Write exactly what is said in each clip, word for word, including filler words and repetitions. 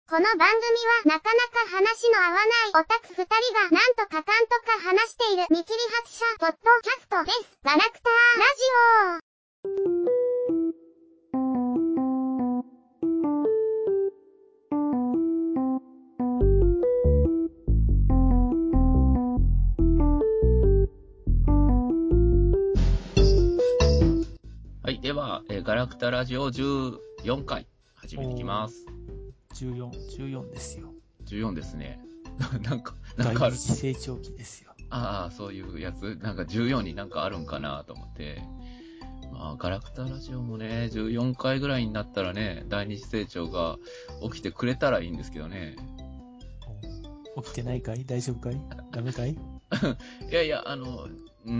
この番組はなかなか話の合わないオタク二人がなんとかかんとか話している見切り発車ポッドキャストです。ガラクタラジオ。 はい、では、えー、ガラクタラジオじゅうよんかい始めていきます。 じゅうよん、じゅうよんですよ。 じゅうよんですね。なんか、なんかある。 第一成長期ですよ。 ああ、そういうやつなんかじゅうよんになんかあるんかなと思って。まあ、ガラクタラジオもね、じゅうよんかいぐらいになったらね、第二成長が起きてくれたらいいんですけどね。 起きてないかい？大丈夫かい？ダメかい？ いやいや、あの、うん、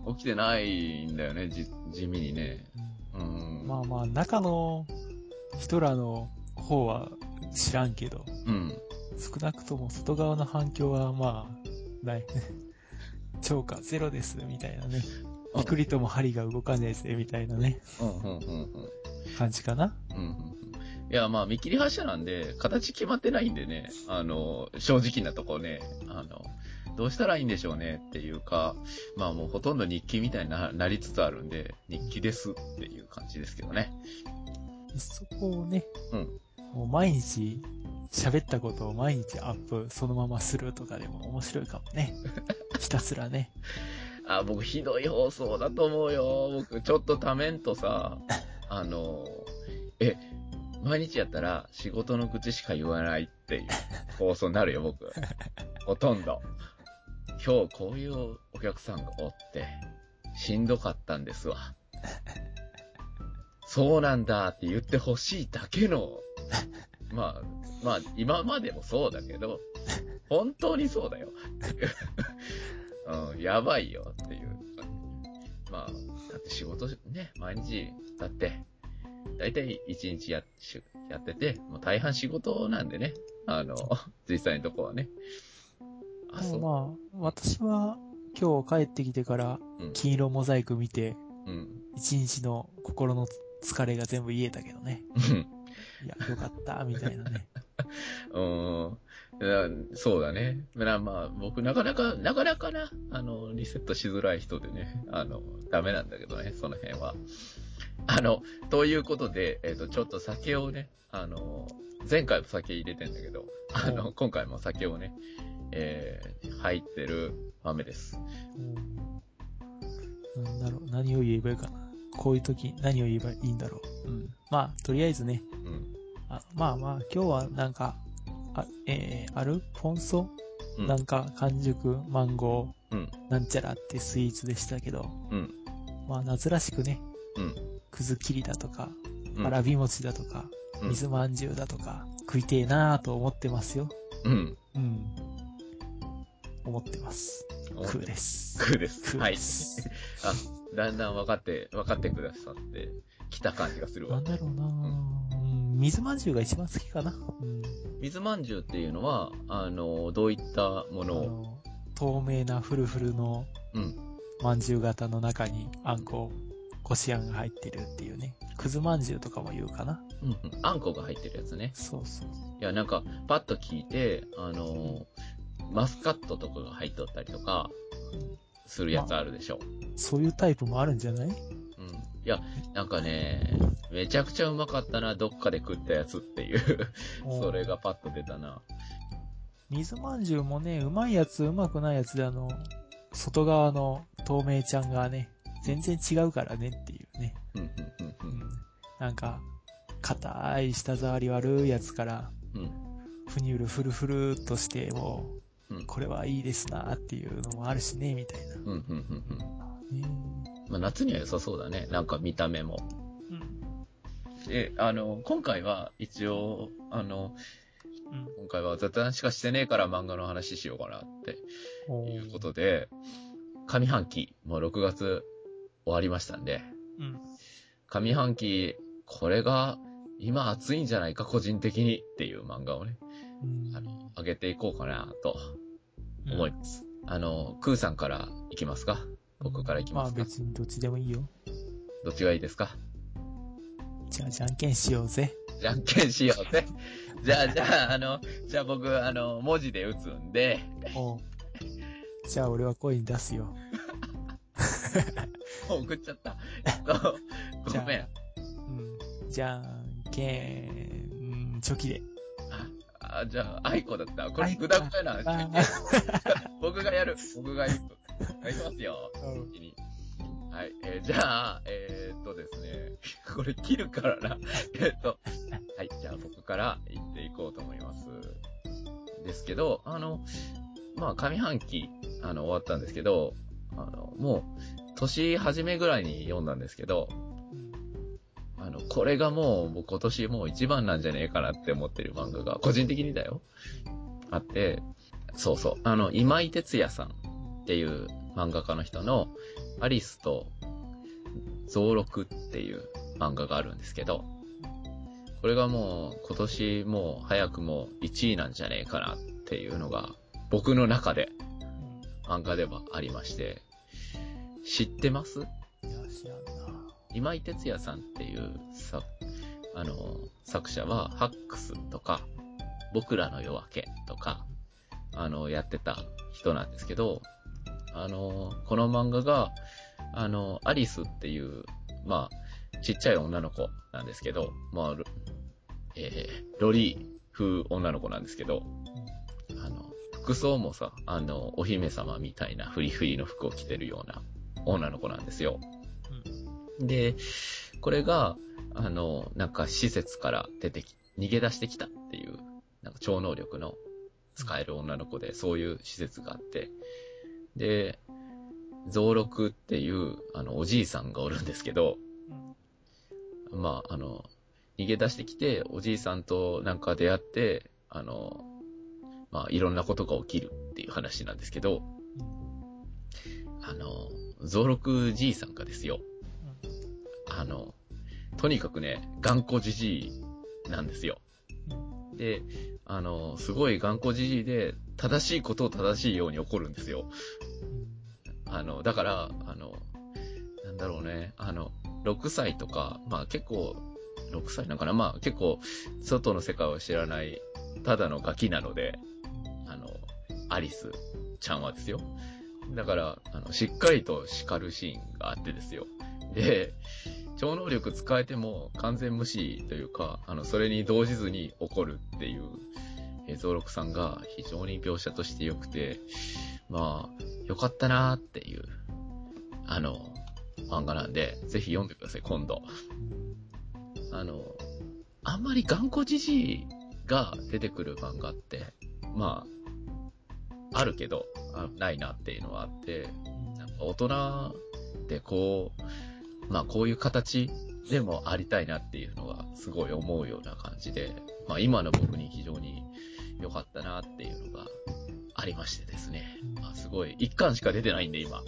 起きてないんだよね、じ地味にね。うん、 まあまあ、中の人らの方は知らんけど、 うん、 少なくとも外側の反響はまあ、ない。超過ゼロです、みたいなね。ピクリとも針が動かねえぜ、みたいなね。 うん、うん、うん、うん。 感じかな。 うん、うん。いや、まあ、見切り発車なんで、形決まってないんでね、あの、正直なとこね、あの、どうしたらいいんでしょうねっていうか、まあもうほとんど日記みたいに な, なりつつあるんで、日記ですっていう感じですけどね。 そこをね、 うん。 もう毎日喋ったことを毎日アップそのままするとかでも面白いかもね。ひたすらね。 あ、僕ひどい放送だと思うよ。僕ちょっとためんとさ、あの、え、毎日やったら仕事の口しか言わないっていう放送になるよ、僕。ほとんど。今日こういうお客さんがおって、しんどかったんですわ。そうなんだって言ってほしいだけの、まあ、まあ、今までもそうだけど、本当にそうだよっていう、うん、やばいよっていう。まあ、だって仕事ね、毎日、だって、だいたい一日や、やってて、もう大半仕事なんでね、あの、実際のとこはね。 あそうまあ、私は今日帰ってきてから金色モザイク見て、うん、一日の心の疲れが全部癒えたけどね。いや、よかった、みたいなね。 うん、そうだね。まあ、僕なかなか、なかなかな、あの、リセットしづらい人でね、あの、ダメなんだけどね、その辺は。あの、ということで、えっと、ちょっと酒をね、あの、前回も酒入れてんだけど、あの、今回も酒をね、えー、入ってる豆です。 なんだろう、何を言えばいいかな。こういう時、何を言えばいいんだろう。うん。まあ、とりあえずね。うん。あまあまあ、今日はなんか、あ、えー、あるフォンソ、うん、なんか、完熟、マンゴー、うん、なんちゃらってスイーツでしたけど、うん。まあ、夏らしくね、うん。くず切りだとか、わらび餅だとか、うん、水まんじゅうだとか、食いてえなぁと思ってますよ。うん。うん。思ってます。クーです。 クーです。はい。あ、だんだん分かって、分かってくださってきた感じがするわ。 なんだろうなぁ、うん。水まんじゅうが一番好きかな。うん、 水まんじゅうっていうのは、あの、どういったものを？ 透明なフルフルの、うん。まんじゅう型の中にあんこ、こしあんが入ってるっていうね。くずまんじゅうとかも言うかな。 うんうん。あんこが入ってるやつね。 そうそう。 いや、なんか、パッと聞いて、あの、うんマスカットとかが入っとったりとか、するやつあるでしょ、まあ。 そういうタイプもあるんじゃない？うん。いや、なんかね、めちゃくちゃうまかったな、どっかで食ったやつっていう。それがパッと出たな。 水まんじゅうもね、うまいやつ、うまくないやつであの、外側の透明ちゃんがね、全然違うからねっていうね。うんうんうんうん。なんか、硬い舌触り悪いやつから、うん。ふにゅるふるふるっとしてもう、うん、これはいいですなっていうのもあるしね、みたいな。うんうんうんうん。 ね、まあ、夏には良さそうだね。なんか見た目も。うん。で、あの、今回は一応、あの、うん、今回は雑談しかしてねえから漫画の話しようかなっていうことで、上半期、もうろくがつ終わりましたんで、うん、上半期、これが今熱いんじゃないか、個人的にっていう漫画をね、うん、あの、上げていこうかなと思います。うん、あの、クーさんからいきますか？僕からいきますか？ まあ別にどっちでもいいよ。 どっちがいいですか？ じゃあじゃんけんしようぜ。 じゃんけんしようぜ。 じゃあ、じゃあ、あの、じゃあ僕、あの、文字で打つんで。 おじゃあ俺は声に出すよ。 もう送っちゃった。えっと、ごめん。 うん。じゃんけん、チョキで。 あ、あじゃあ、アイコだった。これ、ぐだぐだな。僕がやる。僕がやる。いきますよ。うん、はい。えー、じゃあ、えー、っとですね。これ切るからな。えー、っと、はい。じゃあ僕から言っていこうと思います。ですけど、あの、まあ、上半期、あの、終わったんですけど、あの、もう、年始めぐらいに読んだんですけど、あの、これがもう、僕今年もう一番なんじゃねえかなって思ってる漫画が、個人的にだよ、あって、そうそう、あの、今井哲也さんっていう漫画家の人の、アリスと増録っていう漫画があるんですけど、これがもう、今年もう早くもいちいなんじゃねえかなっていうのが、僕の中で、漫画ではありまして、知ってます？いや、 知らんな。 今井哲也さんっていうさ、あの、作者は、ハックスとか、僕らの夜明けとか、あの、やってた人なんですけど、あの、この漫画が、あの、アリスっていう、まあ、ちっちゃい女の子なんですけど、まあ、えー、ロリ風女の子なんですけど、あの、服装もさ、あの、お姫様みたいなフリフリの服を着てるような女の子なんですよ。うん、で、これが、あの、なんか施設から出てき、逃げ出してきたっていう、なんか超能力の使える女の子で、そういう施設があって、で、増録っていう、あの、おじいさんがおるんですけど、うん、まあ、あの、逃げ出してきて、おじいさんとなんか出会って、あの、まあ、いろんなことが起きるっていう話なんですけど、あの、増録じいさんがですよ、あの、とにかくね、頑固じじいなんですよ。で、あの、すごい頑固じじいで、正しいことを正しいように起こるんですよ。あの、だから、あの、なんだろうね、あの、ろくさいとか、まあ結構、ろくさいなんかな、まあ結構、外の世界を知らない、ただのガキなので、あの、アリスちゃんはですよ。だから、あの、しっかりと叱るシーンがあってですよ。で、超能力使えても完全無視というか、あの、それに動じずに怒るっていう、えー、増録さんが非常に描写として良くて、まあ、良かったなーっていう、あの、漫画なんで、ぜひ読んでください、今度。あの、あんまり頑固じじいが出てくる漫画って、まあ、あるけど、あないなっていうのはあって、なんか大人でこう、まあこういう形でもありたいなっていうのがすごい思うような感じで、まあ今の僕に非常に良かったなっていうのがありましてですね。まあすごい、一巻しか出てないんで今。うん、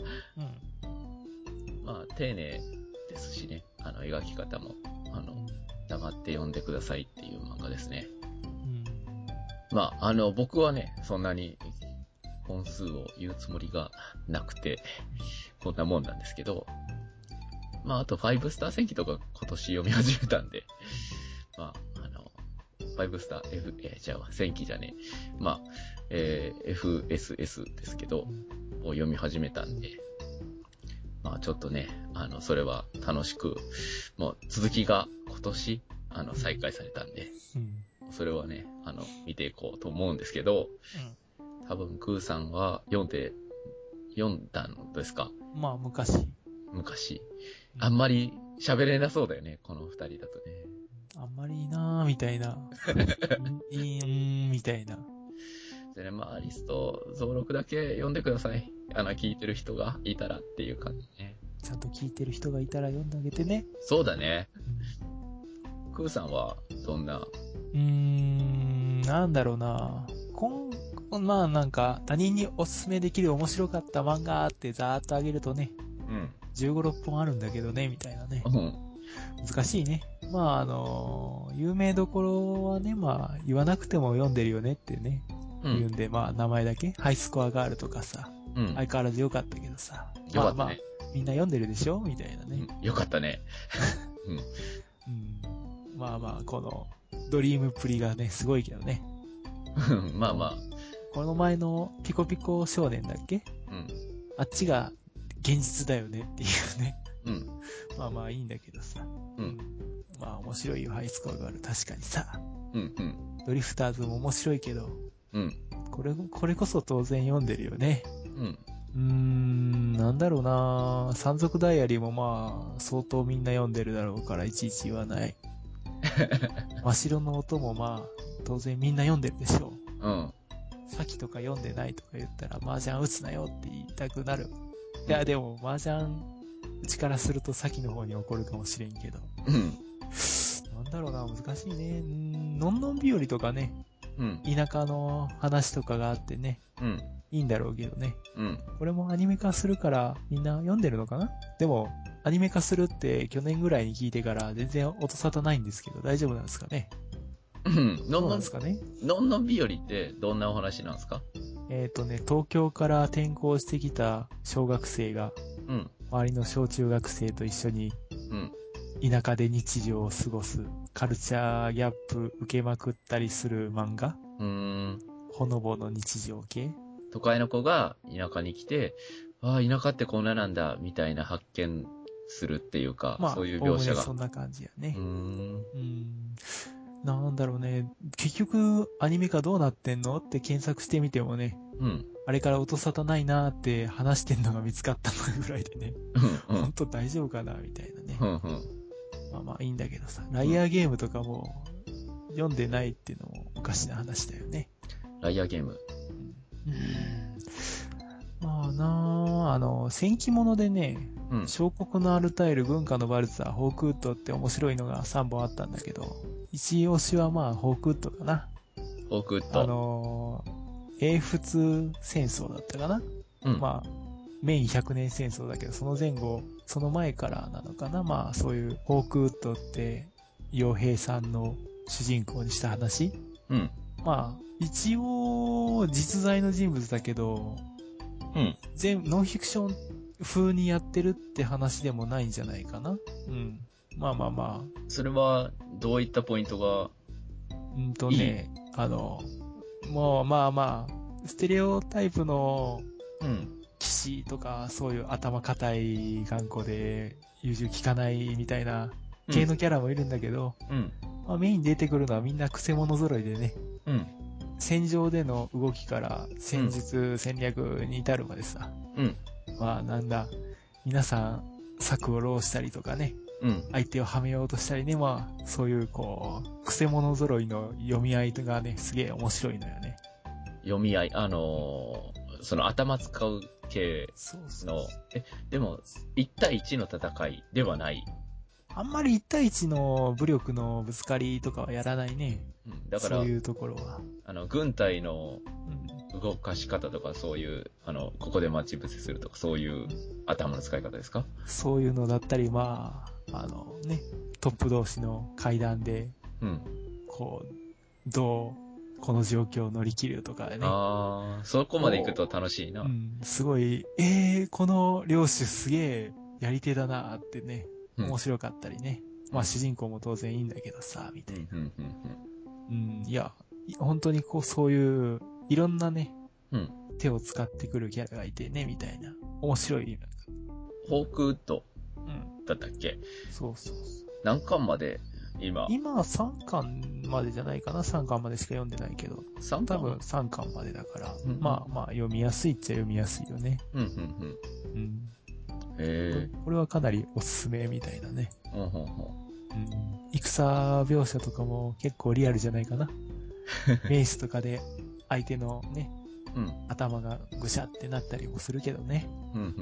まあ丁寧ですしね、あの描き方も、あの、黙って読んでくださいっていう漫画ですね。うん、まああの僕はね、そんなに本数を言うつもりがなくて、こんなもんなんですけど、まあ、あと、ファイブスター戦記とか今年読み始めたんで、まあ、あの、ファイブスター F、えー、じゃあ、戦記じゃねえ。まあ、えー、エフエスエス ですけど、を読み始めたんで、まあ、ちょっとね、あの、それは楽しく、もう、続きが今年、あの、再開されたんで、それはね、あの、見ていこうと思うんですけど、多分、クーさんは読んで、読んだんですか？ まあ、昔。 昔。あんまり喋れなそうだよね、この二人だとね。 あんまりいいなぁ、みたいな。いい、んー、みたいな。 でね、まあ、アリスと増録だけ読んでください。あの、聞いてる人がいたらっていう感じね。 ちゃんと聞いてる人がいたら読んであげてね。 そうだね。うん、クーさんは、どんな？ うーん、なんだろうな今、まあなんか、他人におすすめできる面白かった漫画ってざーっとあげるとね、うん。じゅうご、ろっぽんあるんだけどね、みたいなね。うん。難しいね。まああの、有名どころはね、まあ言わなくても読んでるよねってね、うん、言うんで、まあ名前だけ、ハイスコアガールとかさ、うん、相変わらず良かったけどさ、 よかったね。 まあまあ、みんな読んでるでしょみたいなね。 うん、よかったね。 うん、うん。まあまあ、この、 ドリームプリがね、すごいけどね。 まあまあ。 この前のピコピコ少年だっけ？うん。あっちが現実だよねっていうね。うん。まあまあいいんだけどさ。うん。まあ面白いよ、ハイスコアがある。確かにさ。うんうん。ドリフターズも面白いけど。うん。これ、これこそ当然読んでるよね。うん。うーん、なんだろうな山賊ダイアリーもまあ、相当みんな読んでるだろうからいちいち言わない。真白の音もまあ、当然みんな読んでるでしょう。うん。さきとか読んでないとか言ったら、麻雀打つなよって言いたくなる。いや、でも麻雀、うちからするとさきの方に怒るかもしれんけど。うん。なんだろうな難しいね。んーのんのん日和とかね。うん。田舎の話とかがあってね。うん。いいんだろうけどね。うん。これもアニメ化するからみんな読んでるのかな？でも、アニメ化するって去年ぐらいに聞いてから全然音沙汰ないんですけど大丈夫なんですかね？ うん。のんのん、 そうなんですかね？ のんのん日和ってどんなお話なんですか？ えっとね、東京から転校してきた小学生が、うん。周りの小中学生と一緒に、うん。田舎で日常を過ごす、カルチャーギャップ受けまくったりする漫画？うーん。ほのぼの日常系？ 都会の子が田舎に来て、ああ、田舎ってこんななんだ、みたいな発見するっていうか、まあ、そういう描写が。 そんな感じやね。うーん。うーん。なんだろうね。結局、アニメ化どうなってんのって検索してみてもね。うん。あれから音沙汰ないなーって話してんのが見つかったのぐらいでね。うん、うん。ほんと大丈夫かなみたいなね。うん、うん。まあまあいいんだけどさ。ライアーゲームとかも読んでないっていうのもおかしな話だよね。 ライアーゲーム。 うん。うんまあなあ、あの、戦記物でね、うん、小国のアルタイル、軍歌のバルツァー、ホークウッドって面白いのがさんぼんあったんだけど、一押しはまあ、ホークウッドかな。 ホークウッド。 あのー、英仏戦争だったかな。うん、まあ、メインひゃくねん戦争だけど、その前後、その前からなのかな。まあ、そういうホークウッドって、傭兵さんの主人公にした話。うん。まあ、一応、実在の人物だけど、うん。全、ノンフィクション風にやってるって話でもないんじゃないかな。うん。まあまあまあ。 それは、どういったポイントがうんとね、いいあの、もうまあまあ、ステレオタイプの、うん。騎士とか、そういう頭固い頑固で、優柔効かないみたいな系のキャラもいるんだけど、うん。まあ、メインに出てくるのはみんなクセ者揃いでね。うん。戦場での動きから戦術、うん、戦略に至るまでさ。うん。まあなんだ、皆さん策を浪したりとかね。うん。相手をはめようとしたりね。まあ、そういうこう、クセ者揃いの読み合いがね、すげえ面白いのよね。 読み合い、あのー、その頭使う系の、そうそうそうえ、でも、いち対いちの戦いではない。 あんまりいち対いちの武力のぶつかりとかはやらないね。うん、だから、そういうところは。 あの、軍隊の動かし方とか、そういう、あの、ここで待ち伏せするとか、そういう頭の使い方ですか？ そういうのだったり、まあ、あのね、トップ同士の会談で、うん、こう、どう、この状況を乗り切るとかね。 ああ、そこまで行くと楽しいな。 うん、すごい、えー、この領主すげえやり手だなってね、面白かったりね。うん、まあ主人公も当然いいんだけどさ、みたいな。うん、うん、うん、いや、本当にこうそういう、いろんなね、うん、手を使ってくるキャラがいてね、みたいな。面白い。 ホークウッドだったっけ？うん、そうそうそう。何巻まで今今はさんかんまでじゃないかな。さんかんまでしか読んでないけど。さんかん多分さんかんまでだから。うんうん、まあまあ読みやすいっちゃ読みやすいよね。うんうんうん。うん。へー。これはかなりおすすめみたいなね。うんうんうん。うん。戦描写とかも結構リアルじゃないかな。メイスとかで相手のね、うん、頭がぐしゃってなったりもするけどね。うんうんうん。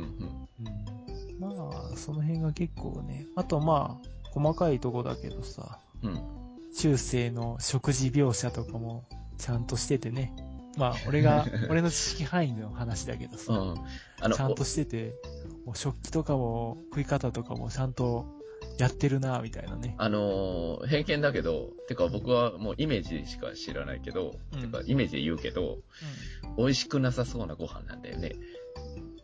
うん、まあ、その辺が結構ね。あとまあ、細かいとこだけどさ、うん、中世の食事描写とかもちゃんとしててね。まあ、俺が、俺の知識範囲の話だけどさ、うん、あのちゃんとしてて、もう食器とかも食い方とかもちゃんとやってるな、みたいなね。 あのー、偏見だけど、てか僕はもうイメージしか知らないけど、うん、てかイメージで言うけど、うん、美味しくなさそうなご飯なんだよね。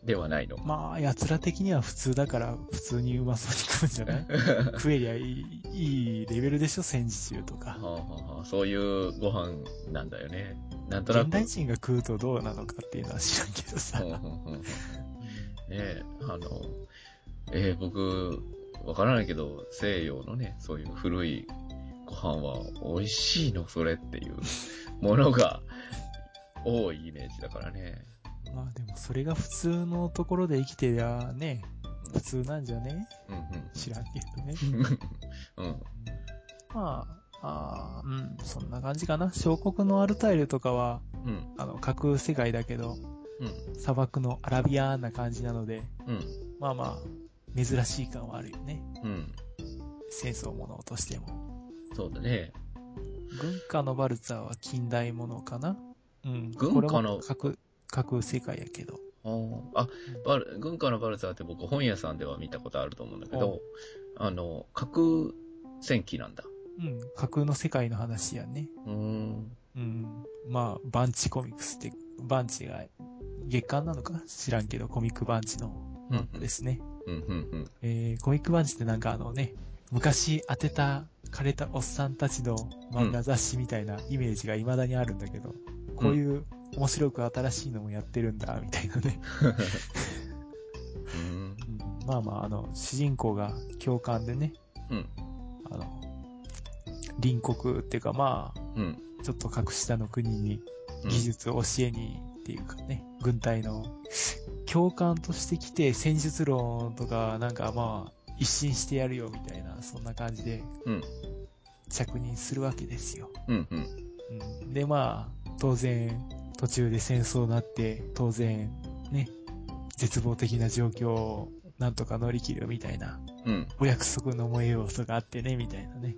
ではないの？ まあ、奴ら的には普通だから、普通にうまそうに食うんじゃない食えりゃいい、いいレベルでしょ、戦時中とか。 はあはあはあ、そういうご飯なんだよね。なんとなく。 現代人が食うとどうなのかっていうのは知らんけどさ。 ねえ、あの、えー、僕、わからないけど、西洋のね、そういう古いご飯は美味しいのそれっていうものが多いイメージだからね。 まあでもそれが普通のところで生きてりゃね、普通なんじゃね、うんうん、知らんけどね。うん、まあ、あうん、そんな感じかな。小国のアルタイルとかは、うん、あの、架空世界だけど、うん、砂漠のアラビアーな感じなので、うん、まあまあ、珍しい感はあるよね。うん。戦争ものとしても。 そうだね。 軍歌のバルツァーは近代ものかな。うん。 軍歌の架空、架空世界やけど。 あ、あ、バル、軍歌のバルツァーって僕本屋さんでは見たことあると思うんだけど、あの、架空戦記なんだ。 うん。架空の世界の話やね。うーん。うん。まあ、バンチコミックスって、バンチが月刊なのか知らんけど、コミックバンチの漫画ですね。うんうんうん。えー、コミックバンチってなんかあのね、昔当てた、枯れたおっさんたちの漫画雑誌みたいなイメージが未だにあるんだけど、うん、こういう面白く新しいのもやってるんだ、みたいなね。うん、まあまあ、あの、主人公が教官でね、うん、あの、隣国っていうかまあ、うん、ちょっと格下の国に技術を教えにっていうかね、うん、軍隊の教官として来て戦術論とかなんかまあ、一新してやるよみたいな、そんな感じで、着任するわけですよ。うんうんうん、で、まあ、当然、途中で戦争になって、当然、ね、絶望的な状況をなんとか乗り切るみたいな、うん、お約束の萌え要素があってね、みたいなね。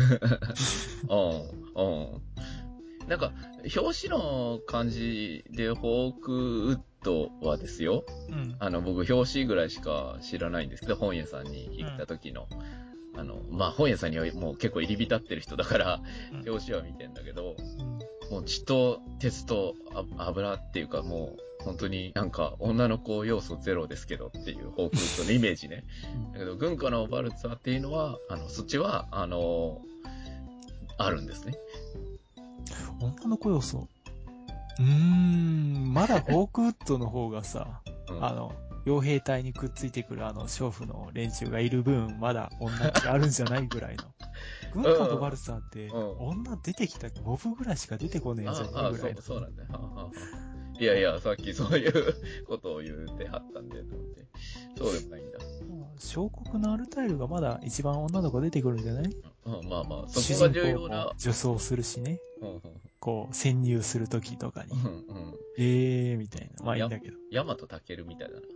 うん、うん。なんか、表紙の感じで、ホークウッドはですよ。うん、あの、僕、表紙ぐらいしか知らないんですけど、本屋さんに行った時の。うん、あの、まあ、本屋さんにはもう結構入り浸ってる人だから、うん、表紙は見てんだけど、うん、もう血と鉄と油っていうか、もう、本当になんか、女の子要素ゼロですけどっていう、ホークウッドのイメージね。だけど、軍歌のバルツァーっていうのは、あの、そっちは、あの、あるんですね。 女の子要素うーん、まだホークウッドの方がさ、うん、あの、傭兵隊にくっついてくるあの、娼婦の連中がいる分、まだ女ってあるんじゃないぐらいの。軍歌とバルサーって、うん、女出てきたモブぐらいしか出てこねえんじゃねえぐらいの。 ああ、そう、そうなんだよ。はははいやいや、さっきそういうことを言うてはったんで、と思って。そうでもないんだ。 小国のアルタイルがまだ一番女の子出てくるんじゃない？ うん、まあまあ、そこが重要な。 女装するしね。うんうん、こう、潜入するときとかに。うんうん、えーみたいな。まあいいんだけど。 ヤマトタケルみたいだな。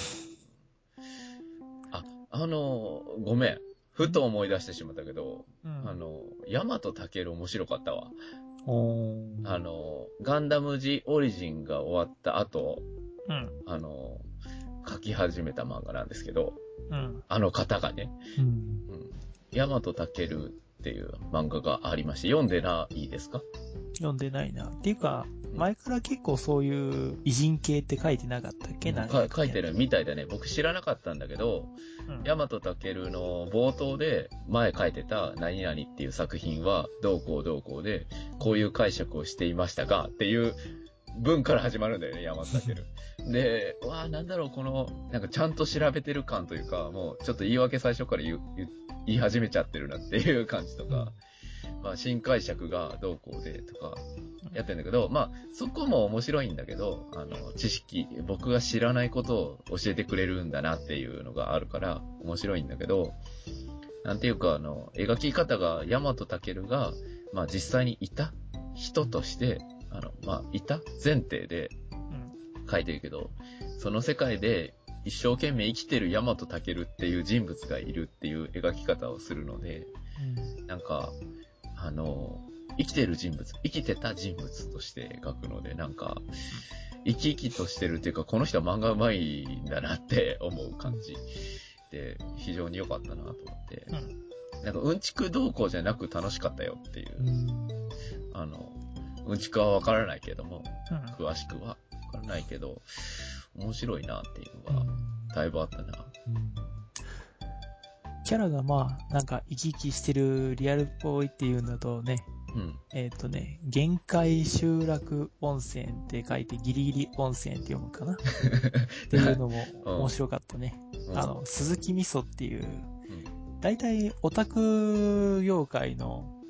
あ、あの、ごめん。ふと思い出してしまったけど、うん、あの、ヤマトタケル面白かったわ。あの、ガンダムジオリジンが終わった後、うん、あの、書き始めた漫画なんですけど、うん、あの方がね、うんうん、ヤマトタケルっていう漫画がありまして、読んでないですか？ 読んでないな。っていうか、前から結構そういう偉人系って書いてなかったっけ？なんか書いてるみたいだね。僕知らなかったんだけど、うん、ヤマトタケルの冒頭で前書いてた何々っていう作品はどうこうどうこうでこういう解釈をしていましたがっていう文から始まるんだよね、ヤマトタケル。で、わあなんだろうこのなんかちゃんと調べてる感というか、もうちょっと言い訳最初から言う言言い始めちゃってるなっていう感じとか、うん、まあ新解釈がどうこうでとかやってんだけど、まあそこも面白いんだけど、あの知識、僕が知らないことを教えてくれるんだなっていうのがあるから面白いんだけど、なんていうかあの描き方がヤマトタケルがまあ実際にいた人としてあのまあいた前提で書いてるけど、その世界で一生懸命生きてるヤマトタケルっていう人物がいるっていう描き方をするので、うん、なんかあの生きてる人物、生きてた人物として描くので、なんか生き生きとしてるっていうか、この人は漫画うまいんだなって思う感じで非常に良かったなと思って、うん、なんかうんちく動向じゃなく楽しかったよっていう、うん、あのうんちくはわからないけども、うん、詳しくはわからないけど、面白いなっていうのが、だいぶあったな。うんうん、 キャラがまあ、なんか生き生きしてるリアルっぽいっていうんだとね、うん、えっ、ー、とね、限界集落温泉って書いてギリギリ温泉って読むかなっていうのも面白かったね。うん、あの、鈴木味噌っていう、だいたいオタク業界の、うん、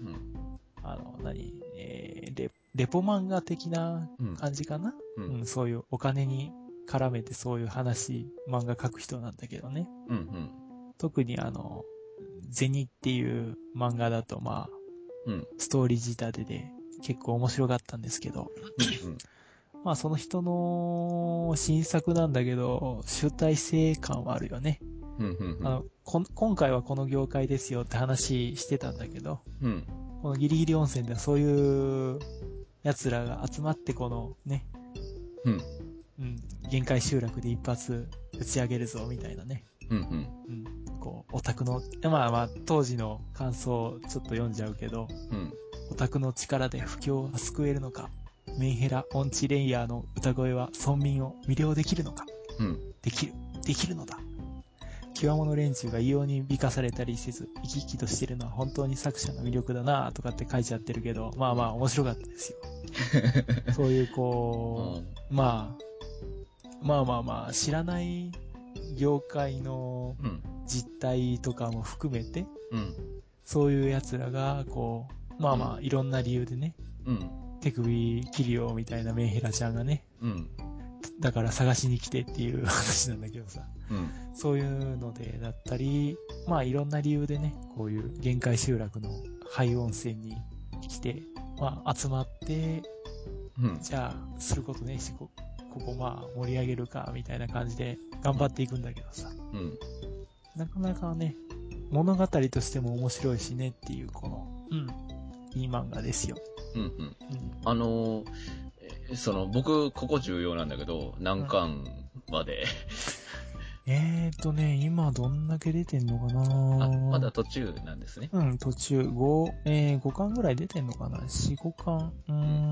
あの、何、えー、レ、レポ漫画的な感じかな、うんうん、そういうお金に絡めてそういう話、漫画描く人なんだけどね。うんうん、特にあの、ゼニっていう漫画だとまあ、うん、ストーリー仕立てで結構面白かったんですけど、うんうん、まあその人の新作なんだけど、集大成感はあるよね。うんうんうん、あのこ今回はこの業界ですよって話してたんだけど、うん、このギリギリ温泉ではそういう奴らが集まってこのね、うんうん、限界集落で一発打ち上げるぞみたいなね。うんうんうん、こうオタクのまあまあ当時の感想をちょっと読んじゃうけど、うん、オタクの力で不況は救えるのか、メンヘラオンチレイヤーの歌声は村民を魅了できるのか、うん、できるできるのだ。極物連中が異様に美化されたりせず生き生きとしてるのは本当に作者の魅力だなとかって書いちゃってるけど、まあまあ面白かったですよ。そういうこう、うん、まあまあまあまあ知らない業界の実態とかも含めて、うん、そういう奴らがこうまあまあいろんな理由でね、うん、手首切るよみたいなメンヘラちゃんがね、うん、だから探しに来てっていう話なんだけどさ、うん、そういうのでだったり、まあいろんな理由でね、こういう限界集落の廃温泉に来て、まあ集まって、うん、じゃあすることねしてこここまあ盛り上げるかみたいな感じで頑張っていくんだけどさ、うん、なかなかね物語としても面白いしねっていうこの、うん、いい漫画ですよ。 うんうんうん、あのー、その僕ここ重要なんだけど何巻まで、 うん、えーとね今どんだけ出てんのかなあ、 まだ途中なんですね。 うん途中ご、えー、ごかんぐらい出てんのかな ?よん、ごかんうー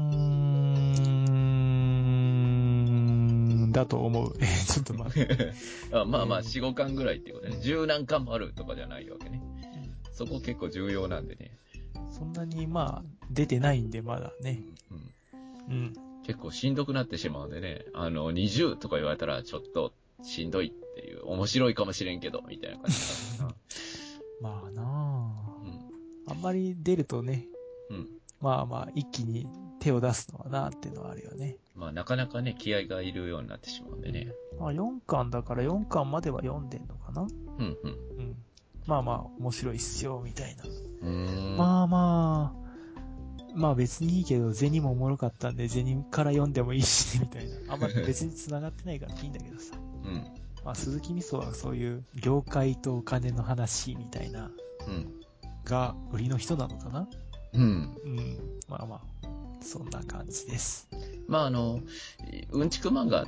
んだと思う。えー、ちょっと待って。 あまあまあ、よん、ごかんぐらいっていうことね。じゅう何巻もあるとかじゃないわけね。うん、そこ結構重要なんでね。 そんなにまあ、出てないんでまだね。 うん。うん、結構しんどくなってしまうんでね。あの、にじゅうとか言われたらちょっとしんどいっていう、面白いかもしれんけど、みたいな感じだな。 まあなぁ、うん。あんまり出るとね、うん、まあまあ、一気に手を出すのはなっていうのはあるよね。 まあなかなかね、気合がいるようになってしまうんでね。 まあよんかんだからよんかんまでは読んでんのかな。うんうん。うん。まあまあ、面白いっすよ、みたいな。うーん。まあまあ、まあ別にいいけど、銭もおもろかったんで、銭から読んでもいいしね、みたいな。あんま別に繋がってないからいいんだけどさ。うん。まあ鈴木味噌はそういう業界とお金の話みたいな、うん。が売りの人なのかな。うん。うん。まあまあ、そんな感じです。 まああの、うんちく漫画って、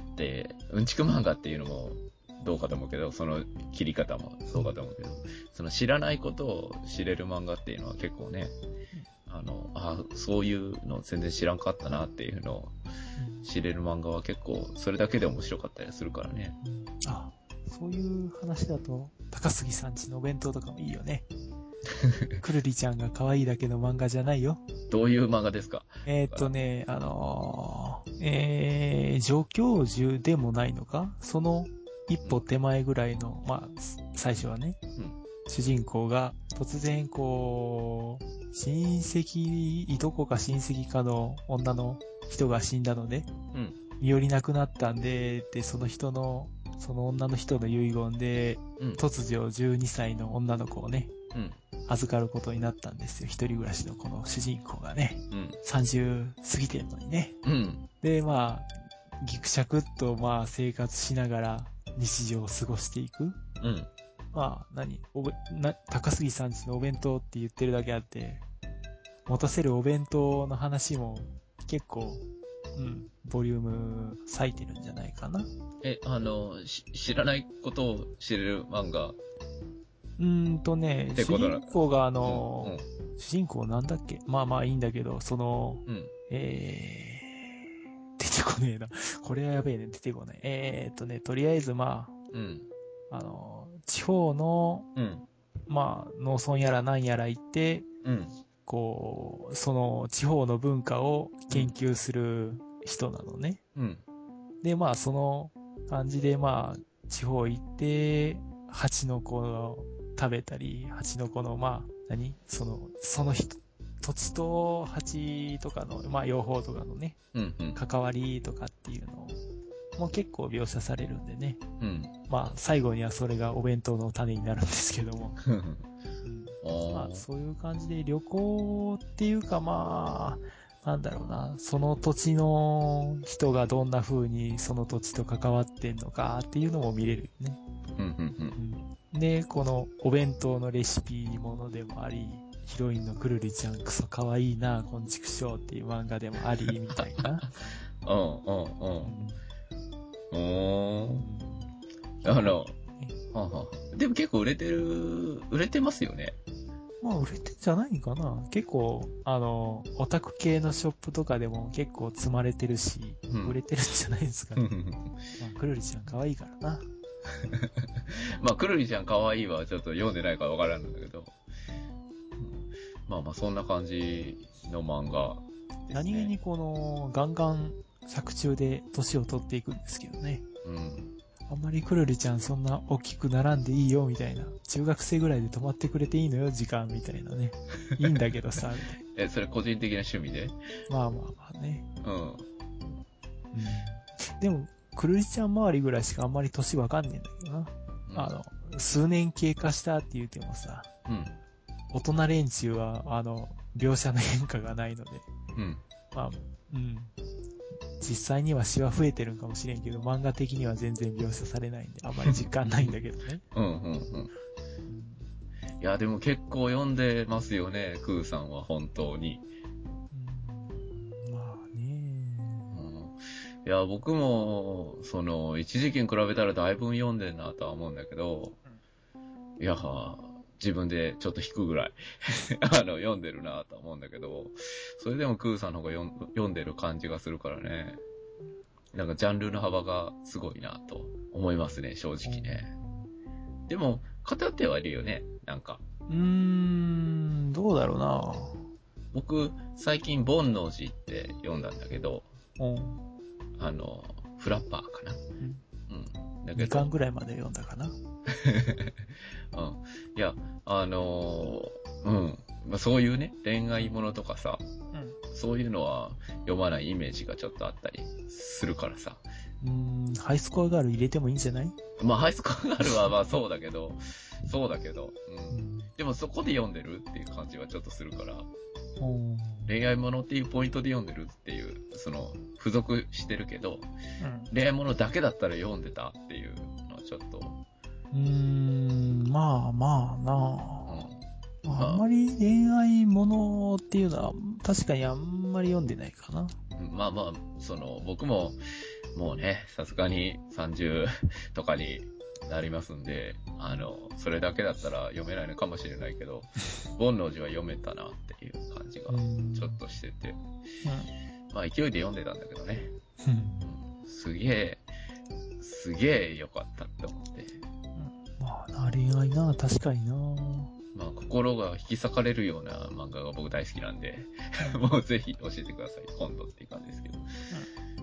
うんちく漫画っていうのもどうかと思うけど、その切り方もそうかと思うけど、その知らないことを知れる漫画っていうのは結構ね、あの、あ、そういうの全然知らんかったなっていうのを知れる漫画は結構それだけで面白かったりするからね。 うん、あ、そういう話だと高杉さんちのお弁当とかもいいよね。くるりちゃんが可愛いだけの漫画じゃないよ。 どういう漫画ですか？ えー、っとね、あのー、えー、助教授でもないのか？その一歩手前ぐらいの、まあ、最初はね、うん、主人公が突然こう、親戚、いとこか親戚かの女の人が死んだので、うん、身寄りなくなったんで、で、その人の、その女の人の遺言で、うん、突如じゅうにさいの女の子をね、うん、預かることになったんですよ。一人暮らしのこの主人公がね、うん、さんじゅう過ぎてるのにね。うん、で、まあ、ぎくしゃくっとまあ生活しながら日常を過ごしていく。うん、まあ、何おべな高杉さんちのお弁当って言ってるだけあって、持たせるお弁当の話も結構、うん、ボリューム割いてるんじゃないかな。 え、あの、知らないことを知れる漫画。 うーんとね、主人公があの、うんうん、主人公なんだっけ？まあまあいいんだけど、その、うん、えー、出ててこねえな。これはやべえね、出てこない。えーっとね、とりあえずまあ、 うん。 あの、地方の、 うん。 まあ、農村やら何やら行って、 うん。 こう、その地方の文化を研究する人なのね。 うん。 で、まあ、その感じで、まあ、地方行って、蜂の子を食べたり、蜂の子の、まあ、何その、その人、土地と蜂とかの、まあ、養蜂とかのね、 うんうん。 関わりとかっていうのも結構描写されるんでね。 うん。 まあ、最後にはそれがお弁当の種になるんですけども。うん、まあ、そういう感じで旅行っていうか、まあ、なんだろうな、その土地の人がどんな風にその土地と関わってんのかっていうのも見れるよね。 うんうんうん、で、このお弁当のレシピものでもあり、ヒロインのくるりちゃんクソかわいいな、こんちくしょうっていう漫画でもあり、みたいな。 うんうんうん。おー。あの、はあはあ、でも結構売れてる、売れてますよね。 まあ、売れてんじゃないかな。結構、あの、オタク系のショップとかでも結構積まれてるし、うん、売れてるんじゃないですかね。まあ、くるりちゃん可愛いからな。 まあ、くるりちゃん可愛いはちょっと読んでないからわからんんだけど。まあまあ、そんな感じの漫画、ね。 何気にこの、ガンガン作中で年を取っていくんですけどね。うん。あんまりくるりちゃんそんな大きく並んでいいよ、みたいな。中学生ぐらいで泊まってくれていいのよ、時間、みたいなね。いいんだけどさ、みたいな。 え、それ個人的な趣味で？ まあまあまあね。うん。うん。 うん、 でも、くるりちゃん周りぐらいしかあんまり年わかんねえんだけどな。うん、あの、数年経過したって言ってもさ、うん。大人連中は、あの、描写の変化がないので、うん。まあ、うん。実際には詩は増えてるんかもしれんけど、漫画的には全然描写されないんで、あんまり実感ないんだけどね。うんうんうん。 うん、いや、でも結構読んでますよね、クーさんは本当に。 うん、まあね、 うん。いや、僕も、その、一時期に比べたらだいぶ読んでんなとは思うんだけど、いや、自分でちょっと引くぐらいあの、読んでるなと思うんだけど、それでもクーさんの方が読ん読んでる感じがするからね。なんかジャンルの幅がすごいなと思いますね、正直ね。でも、偏ってはいるよね、なんか。 うーん、どうだろうな。 僕、最近、煩悩寺って読んだんだけど、 うん、 あの、フラッパーかな。うん。 うん。だけどにかんぐらいまで読んだかな。うん。 いや、あのー、うん。まあ、そういうね、恋愛ものとかさ、うん、そういうのは読まないイメージがちょっとあったりするからさ。 うーん、ハイスコアガール入れてもいいんじゃない？ まあ、ハイスコアガールはまあそうだけど、そうだけど、うん、うん。でもそこで読んでるっていう感じはちょっとするから、恋愛ものっていうポイントで読んでるっていう、その、付属してるけど、うん、恋愛ものだけだったら読んでたっていうのはちょっと。 うーん、まあまあなあ、うん、あんまり恋愛ものっていうのは確かにあんまり読んでないかな。 まあまあ、その、僕も、もうね、さすがにさんじゅうとかになりますんで、あの、それだけだったら読めないのかもしれないけど、煩悩寺は読めたなっていう感じがちょっとしてて、うん、まあ勢いで読んでたんだけどね、うん、すげえ、すげえ良かったって思って。 うん、まあな、恋愛な、確かにな。 まあ心が引き裂かれるような漫画が僕大好きなんで、もうぜひ教えてください、今度っていう感じですけど。うん、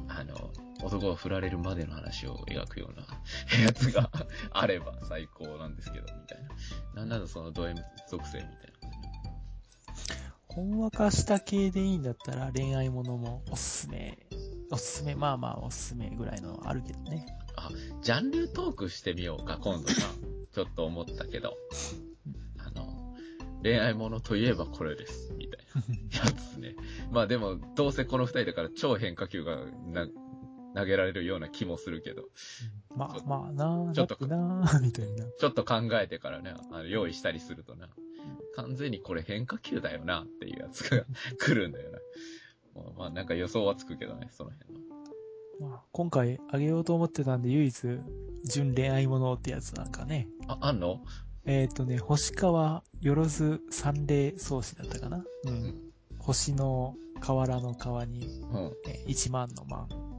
あの、男が振られるまでの話を描くようなやつがあれば最高なんですけど、みたいな。なんならそのド M 属性みたいな。 ほんわかした系でいいんだったら恋愛ものもおすすめ。おすすめ、まあまあおすすめぐらいのあるけどね。 あ、ジャンルトークしてみようか、今度な。ちょっと思ったけど。あの、恋愛ものといえばこれです、みたいなやつね。まあでも、どうせこの二人だから超変化球がな投げられるような気もするけど。 うん、まあまあなちょっとなみたいな。 ちょっと考えてからね、あの用意したりするとな。完全にこれ変化球だよなっていうやつが来るんだよな。まあなんか予想はつくけどね、その辺の。 まあ、今回あげようと思ってたんで唯一、純恋愛ものってやつなんかね。 あ、あんの？ えっ、ー、とね、星川よろず三霊宗師だったかな、うん、うん。星の河原の川に、うん、え一万の万。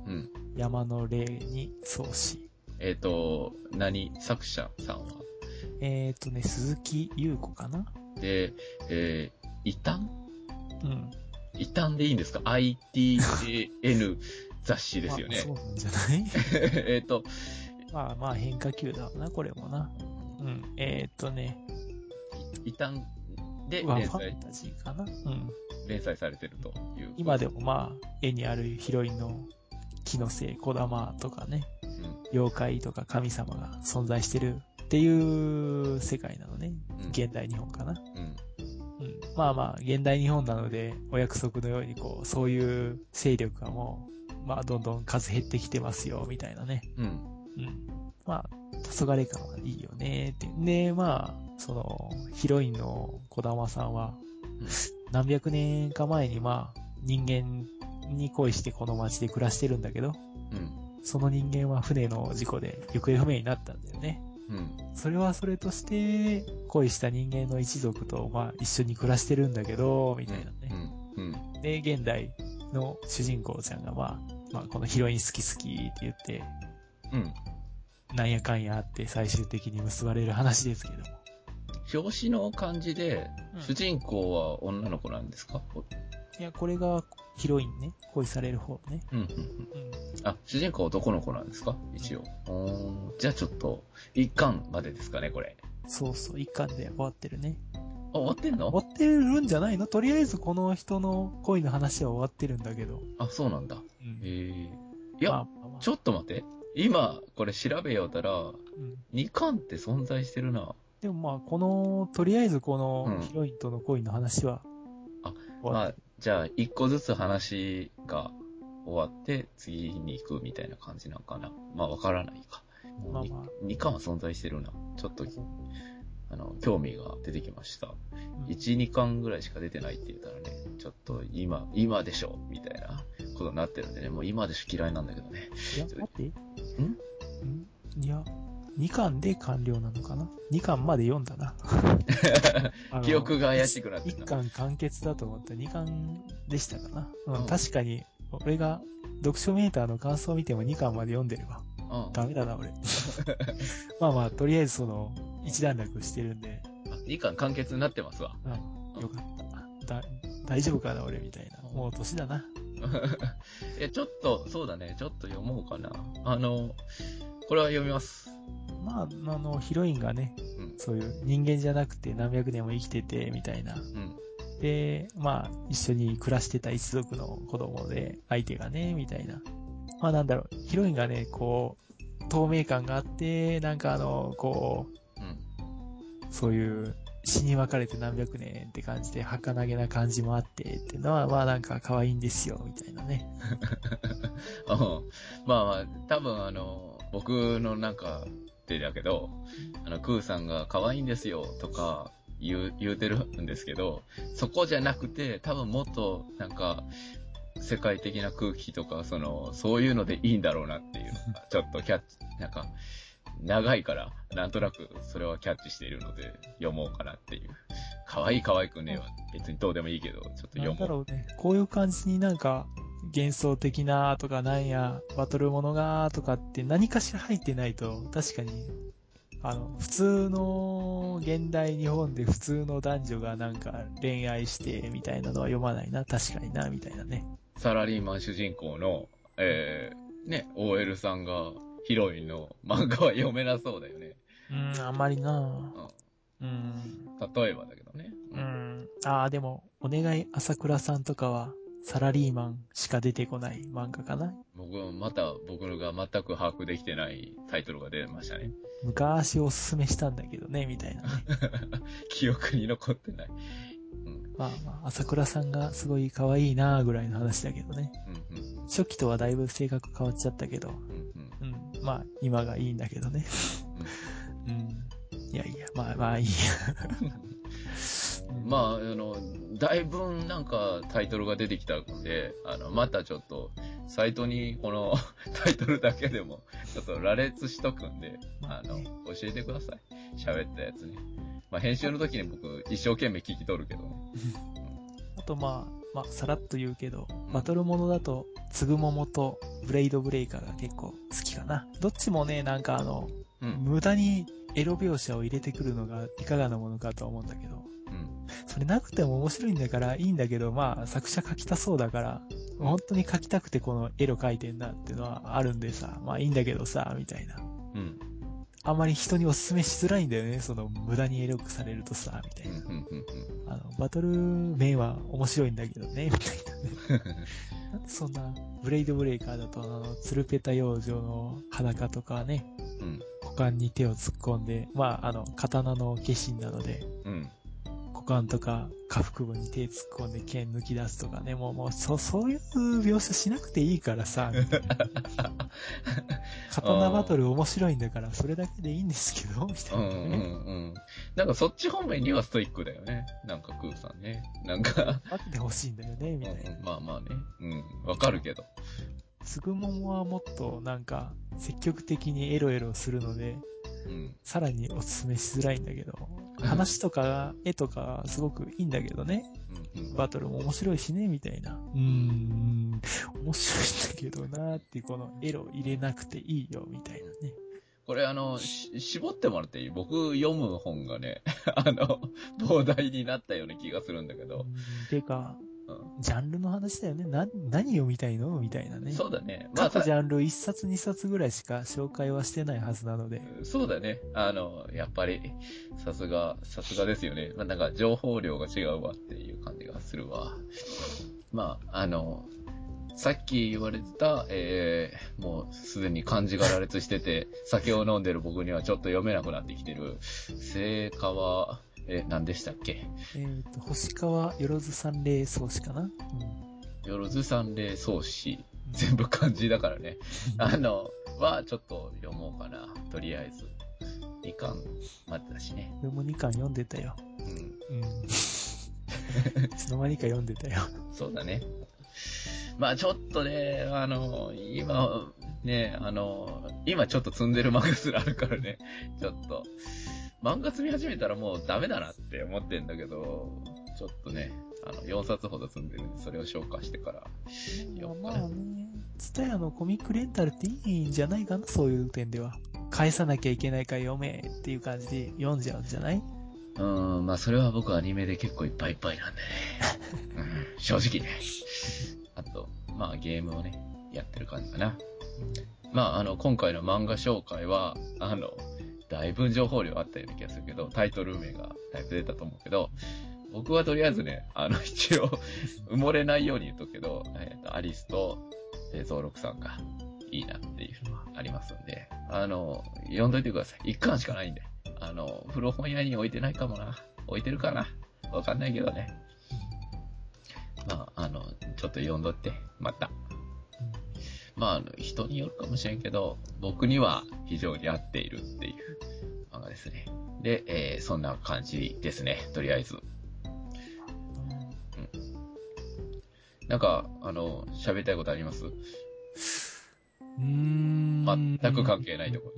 うん。 山の霊に創始。 えっと、何作者さんはえっとね、鈴木優子かな。 で、えー、異端うん。 異端でいいんですか？ アイティーエヌ 雑誌ですよね。 そうなんじゃないえっと。 まあまあ変化球だな、これもな。うん。えー、っとね。 異端で連載。 連載。 ファンタジーかな。うん。 連載されてるという。 今でもまあ、絵にあるヒロインの木のせい、小玉とかね、うん、妖怪とか神様が存在してるっていう世界なのね。うん、現代日本かな。うんうん、まあまあ、現代日本なので、お約束のようにこう、そういう勢力がもう、まあ、どんどん数減ってきてますよ、みたいなね。うん。うん。まあ、黄昏感はいいよね、って。で、まあ、その、ヒロインの小玉さんは、何百年か前にまあ、人間に恋してこの街で暮らしてるんだけど、うん。その人間は船の事故で行方不明になったんだよね。うん。それはそれとして、恋した人間の一族と、まあ、一緒に暮らしてるんだけど、みたいなね。うん。うん。で、現代の主人公ちゃんが、まあ、まあ、このヒロイン好き好きって言って、うん。なんやかんやあって最終的に結ばれる話ですけども。 表紙の感じで、うん、主人公は女の子なんですか？ いや、これがヒロインね。恋される方ね。うん、うん、うん。 あ、主人公は男の子なんですか？一応。うん、じゃあちょっと、一巻までですかね、これ。 そうそう、一巻で終わってるね。 あ、終わってんの？ 終わってるんじゃないの？とりあえずこの人の恋の話は終わってるんだけど。 あ、そうなんだ。うん、へえ。いや、まあまあまあ、ちょっと待って。今、これ調べようたら、うん、二巻って存在してるな。 でもまあ、この、とりあえずこのヒロインとの恋の話は、 うん、あ、まあ、じゃあ、一個ずつ話が終わって、次に行くみたいな感じなんかな。まあ、わからないか。まあまあ、二巻は存在してるな。ちょっと、あの、興味が出てきました。いち、二巻ぐらいしか出てないって言ったらね、ちょっと今、今でしょみたいなことになってるんでね、もう今でしょ嫌いなんだけどね。 いや、待って。んんいや、にかんで完了なのかな ?に 巻まで読んだな。 記憶が怪しくなってるな。いっかん完結だと思ったにかんでしたかな。うん、うん、確かに、俺が読書メーターの感想を見てもにかんまで読んでるわ。うん、ダメだな、俺。まあまあ、とりあえずその、一段落してるんで。 にかん完結になってますわ。 うん、よかった。だ、大丈夫かな、俺みたいな。もう年だな。 いや、ちょっと、そうだね。ちょっと読もうかな。あの、これは読みます。 まあ、あの、ヒロインがね、うん、そういう人間じゃなくて何百年も生きてて、みたいな。うん、で、まあ、一緒に暮らしてた一族の子供で、相手がね、みたいな。まあなんだろう、ヒロインがね、こう、透明感があって、なんかあの、こう、うん、そういう死に別れて何百年って感じで儚げな感じもあってっていうのは、まあなんか可愛いんですよ、みたいなね。 うん、まあまあ、多分あの、僕のなんかでだけど、あの、クーさんが可愛いんですよとか言う、言うてるんですけど、そこじゃなくて、多分もっとなんか、世界的な空気とか、その、そういうのでいいんだろうなっていうのが、ちょっとキャッチ、なんか、長いから、なんとなくそれはキャッチしているので、読もうかなっていう。可愛い可愛くねえは別にどうでもいいけど、ちょっと読もう。 なんだろうね。こういう感じになんか、幻想的なとかなんや、バトルものがとかって何かしら入ってないと、確かに、あの、普通の現代日本で普通の男女がなんか恋愛してみたいなのは読まないな、確かにな、みたいなね。 サラリーマン主人公の、えー、ね、オーエル さんがヒロインの漫画は読めなそうだよね。 うーん、あんまりな、うん、うん。 例えばだけどね。 うん。うん、ああ、でも、お願い朝倉さんとかは、サラリーマンしか出てこない漫画かな。 僕はまた僕のが全く把握できてないタイトルが出ましたね。 昔おすすめしたんだけどね、みたいなね。 記憶に残ってない。 うん、まあまあ、朝倉さんがすごい可愛いなーぐらいの話だけどね。うんうん、初期とはだいぶ性格変わっちゃったけど、うんうん、うん、まあ今がいいんだけどね。うん、いやいや、まあまあいいや。 まあ、あの、だいぶなんかタイトルが出てきたんで、あの、またちょっと、サイトにこのタイトルだけでも、ちょっと羅列しとくんで、あの、教えてください。喋ったやつね。まあ、編集の時に僕、一生懸命聞き取るけどね。 あとまあ、 まあ、さらっと言うけど、バトルものだと、つぐももとブレイドブレイカーが結構好きかな。どっちもね、なんかあの、うん、無駄にエロ描写を入れてくるのがいかがなものかと思うんだけど、うん、それなくても面白いんだからいいんだけど、まあ、作者書きたそうだから、本当に書きたくてこのエロ描いてんだっていうのはあるんでさ、まあいいんだけどさ、みたいな。うん。あんまり人にお勧めしづらいんだよね、その無駄にエロくされるとさ、みたいな。うんうんうんうん、あの、バトル面は面白いんだけどね、みたいなね。なんでそんな、ブレイドブレイカーだと、あの、ツルペタ養生の裸とかね、うん、股間に手を突っ込んで、まあ、あの、刀の化身なので、うん、股間とか下腹部に手突っ込んで剣抜き出すとかね、もう、もう、そ、そういう描写しなくていいからさ、みたいな。刀バトル面白いんだから、それだけでいいんですけど、みたいなね。うんうんうん。 なんかそっち方面にはストイックだよね。なんかクーさんね。なんか。 あってほしいんだよね、みたいな。 うん、まあまあね。うん。わかるけど。 つぐももはもっとなんか積極的にエロエロするので、うん、さらにおすすめしづらいんだけど、話とか絵とかすごくいいんだけどね、うんうん、バトルも面白いしね、みたいな。うーん、面白いんだけどなーっていう、このエロ入れなくていいよ、みたいなね。 これあの、し、絞ってもらっていい？僕読む本がね、あの、膨大になったような気がするんだけど。 てか、うん、ジャンルの話だよね。な、何読みたいのみたいなね。 そうだね。 まあ、各ジャンルいっさつにさつぐらいしか紹介はしてないはずなので。 そうだね。あの、やっぱり、さすが、さすがですよね。まあ、なんか情報量が違うわっていう感じがするわ。まあ、あの、さっき言われてた、えー、もうすでに漢字が羅列してて、酒を飲んでる僕にはちょっと読めなくなってきてる。聖火は、え、何でしたっけ？ えっと、星川よろず三霊宗師かな、うん、 よろず三霊宗師。全部漢字だからね。あの、は、ちょっと読もうかな。とりあえず。にかんまでだしね。 俺もにかん読んでたよ。うん。うん。いつの間にか読んでたよ。 そうだね。まあちょっとね、あの、今、ね、あの、今ちょっと積んでる漫画すらあるからね、ちょっと、漫画積み始めたらもうダメだなって思ってんだけど、ちょっとね、あの、よんさつほど積んでるんで、それを消化してから読むかな。まあね、ツタヤのコミックレンタルっていいんじゃないかな、そういう点では。返さなきゃいけないから読めっていう感じで読んじゃうんじゃない？ うーん、まあそれは僕アニメで結構いっぱいいっぱいなんでね。うん、正直ね。あと、まあゲームをね、やってる感じかな。まああの、今回の漫画紹介は、あの、だいぶ情報量あったような気がするけど、タイトル名がだいぶ出たと思うけど、僕はとりあえずね、あの、一応、埋もれないように言うとくけど、えっと、アリスと、えー、ゾウロクさんがいいなっていうのはありますんで、あの、読んどいてください。一巻しかないんで。あの、古本屋に置いてないかもな。置いてるかな。わかんないけどね。まあ、あの、ちょっと読んどって、また。まあ、あの、人によるかもしれんけど、僕には非常に合っているっていう漫画ですね。で、えー、そんな感じですね。とりあえず。うん。なんか、あの、喋りたいことあります？うーん。 全く関係ないところ。 うー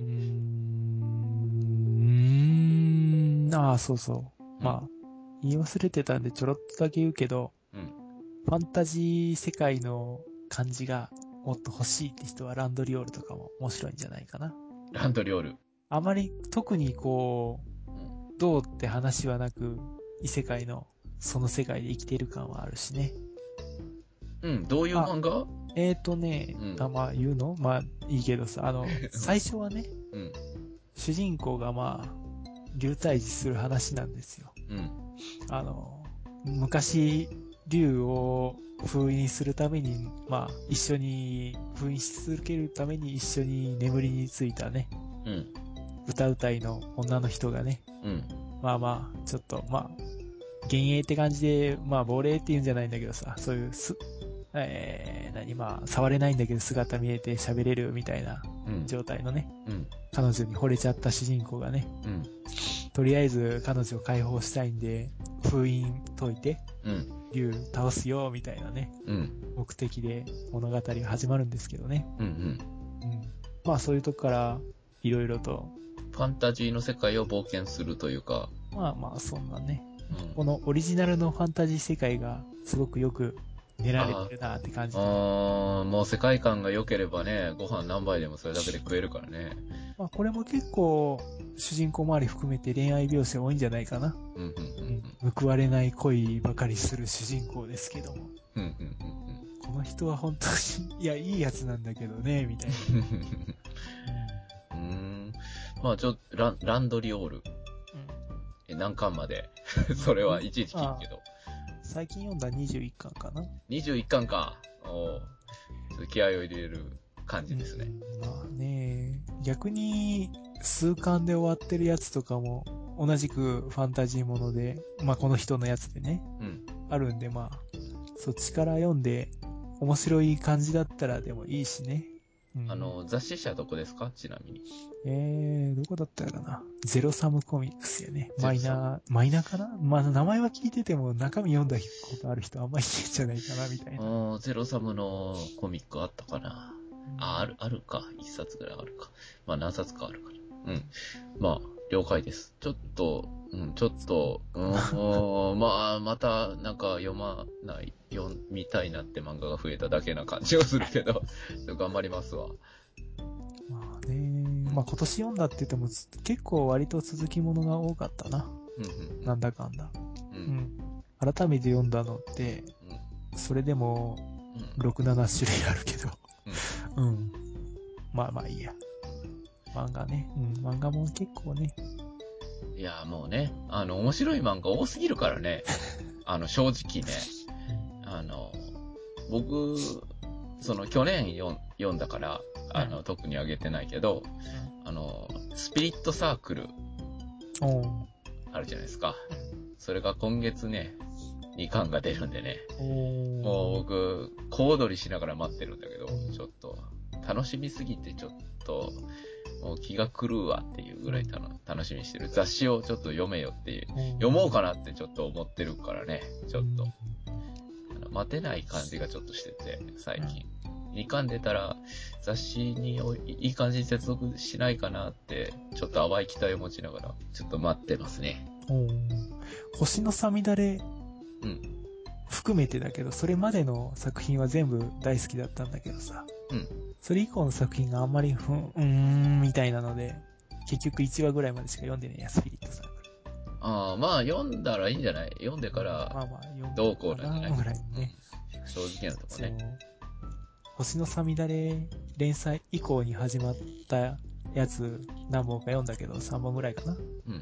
ん。ああ、そうそう。うん、まあ、言い忘れてたんでちょろっとだけ言うけど、うん、ファンタジー世界の感じがもっと欲しいって人はランドリオールとかも面白いんじゃないかな。 ランドリオール。 あまり特にこう、うん、どうって話はなく、異世界のその世界で生きている感はあるしね。 うん、どういう漫画？ えーとね、うん、あ、まあ言うの？まあいいけどさ、あの、最初はね、うん、主人公がまあ、竜退治する話なんですよ。うん、あの、昔、竜を封印するために、まあ、一緒に、封印し続けるために一緒に眠りについたね、うん、歌うたいの女の人がね、うん、まあまあ、ちょっと、まあ、幻影って感じで、まあ、亡霊って言うんじゃないんだけどさ、そういうす、えー、何、まあ、触れないんだけど姿見えて喋れるみたいな状態のね、うん、彼女に惚れちゃった主人公がね、うん、とりあえず彼女を解放したいんで、封印解いて、うん、竜倒すよ、みたいなね、うん、目的で物語が始まるんですけどね。うんうんうん、まあ、そういうとこから、いろいろと。 ファンタジーの世界を冒険するというか。 まあまあ、そんなね。 うん、このオリジナルのファンタジー世界がすごくよく練られてるなって感じで。 ああ、もう世界観が良ければね、ご飯何杯でもそれだけで食えるからね。 まあこれも結構主人公周り含めて恋愛描写多いんじゃないかな。 うんうんうんうん、報われない恋ばかりする主人公ですけども。 うんうんうんうん、 この人は本当に、いや、いいやつなんだけどね、みたいな。 うーん。まあちょっと、ラン、ランドリオール。うん、え、何巻までそれはいちいち聞くけど。 最近読んだにじゅういっかんかな。 にじゅういっかんか。おちょっと気合を入れる感じですね。 うん、まあね、逆に数巻で終わってるやつとかも同じくファンタジーもので、まあこの人のやつでね、うん、あるんで、まあそっちから読んで面白い感じだったらでもいいしね。 うん、あの、雑誌社どこですか？ちなみに。 えー、どこだったかな。ゼロサムコミックスやね。マイナー、マイナーかな？まあ、名前は聞いてても中身読んだことある人あんまりいないんじゃないかな、みたいな。 ああ、ゼロサムのコミックあったかな。あ、ある、あるか。一冊ぐらいあるか。まあ何冊かあるから。うん。まあ、了解です。ちょっと、うん、ちょっと、うーん、まあ、また、なんか読まない、読みたいなって漫画が増えただけな感じがするけど、頑張りますわ。 まあね、まあ今年読んだって言っても、結構割と続きものが多かったな。うんうんうん、なんだかんだ。うん。うん、改めて読んだのって、うん、それでも、ろく、なな種類あるけど、うん、うん。まあまあいいや。漫画ね。うん、漫画も結構ね。 いや、もうね、あの、面白い漫画多すぎるからね。あの、正直ね。あの、僕、その、去年読読んだから、あの、うん、特にあげてないけど、うん、あの、スピリットサークル、あるじゃないですか。それが今月ね、にかんが出るんでね。もう僕、小躍りしながら待ってるんだけど、ちょっと、楽しみすぎてちょっと、もう気が狂うわっていうぐらいたの楽しみにしてる。雑誌をちょっと読めよっていう、読もうかなってちょっと思ってるからね、ちょっと。あの待てない感じがちょっとしてて、最近。にかん出たら、雑誌にいい感じに接続しないかなって、ちょっと淡い期待を持ちながら、ちょっと待ってますね。 星のさみだれ、うん。含めてだけど、それまでの作品は全部大好きだったんだけどさ。うん。それ以降の作品があんまりふん、うーん、みたいなので、結局いちわぐらいまでしか読んでねえや、スピリットサークル。 ああ、まあ読んだらいいんじゃない？読んでから、まあまあ読んどうこうなんじゃないぐらいね。正直なとこね。 星のさみだれ連載以降に始まったやつ何本か読んだけど、さんぼんぐらいかな。うん。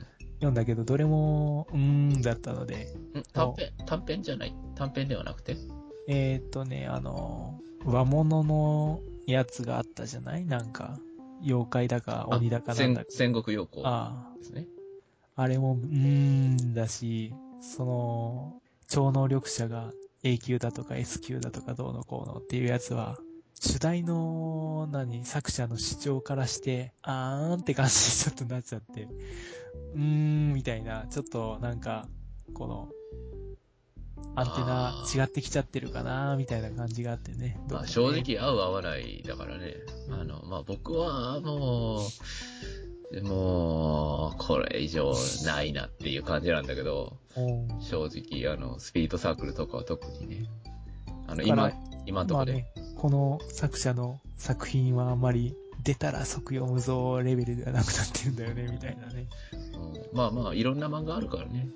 読んだけど、どれも、うーんだったので。 ん短編短編じゃない短編ではなくてえーっとね、あの、和物のやつがあったじゃないなんか、妖怪だか鬼だかなんだか。 戦国妖狐ですね。 あ, あれも、うーんだし、その、超能力者が A 級だとか S 級だとかどうのこうのっていうやつは、主題の、何、作者の主張からして、あーんって感じにちょっとなっちゃって、うーん、みたいな、ちょっとなんか、この、アンテナ違ってきちゃってるかなみたいな感じがあってね。 まあ正直合う合わないだからね。あの、まあ僕はもう、もう、これ以上ないなっていう感じなんだけど、正直、あの、スピリットサークルとかは特にね。あの、今、今のところで、ね。 この作者の作品はあんまり出たら即読むぞレベルではなくなってるんだよね、みたいなね。 うん、まあまあ、いろんな漫画あるからね。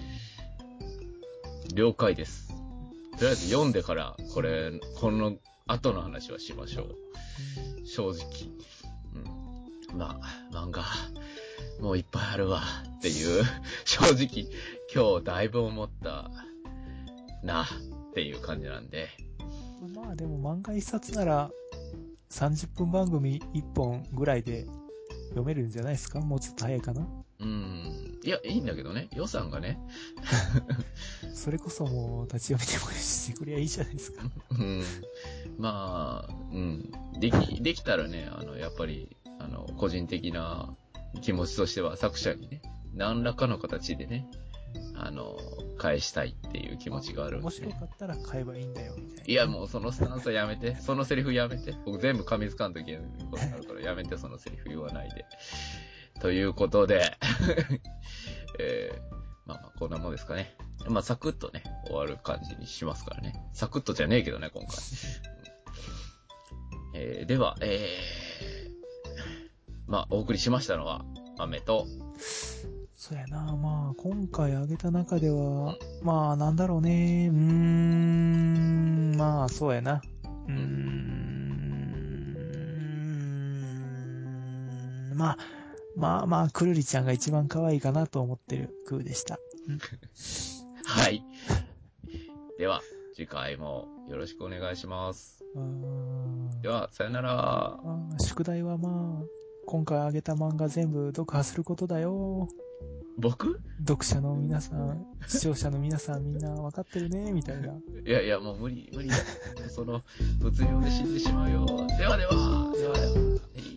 了解です。とりあえず読んでから、これ、この後の話はしましょう。正直。うん。まあ、漫画、もういっぱいあるわ、っていう、正直、今日だいぶ思ったな、っていう感じなんで。 まあでも漫画一冊なら、さんじゅっぷん番組いっぽんぐらいで読めるんじゃないですか？もうちょっと早いかな？ うん。いや、いいんだけどね。予算がね。 それこそもう立ち読みでもしてくれゃいいじゃないですか。 うん。まあ、うん。でき、できたらね、あの、やっぱり、あの、個人的な気持ちとしては作者にね、何らかの形でね、あの、返したいっていう気持ちがあるんで。 面白かったら買えばいいんだよ、みたいな。 いや、もうそのスタンスはやめて。そのセリフやめて。僕全部噛みつかんときることになるから、やめて、そのセリフ言わないで。ということで、えー、 まあまあ、こんなもんですかね。まあ、サクッとね、終わる感じにしますからね。サクッとじゃねえけどね、今回。えー、では、えー、まあ、お送りしましたのは、豆と、 そうやな、まあ、今回挙げた中では、まあ、なんだろうね、うーん、まあ、そうやな。うーん、まあ、まあまあ、くるりちゃんが一番可愛いかなと思ってる空でした。うん、 はい。では、次回もよろしくお願いします。では、さよなら。 宿題はまあ、今回あげた漫画全部読破することだよ。 僕？ 読者の皆さん、視聴者の皆さんみんな分かってるね、みたいな。 いやいや、もう無理、無理だ。その、物量で死んでしまうよ。ではでは。 ではでは。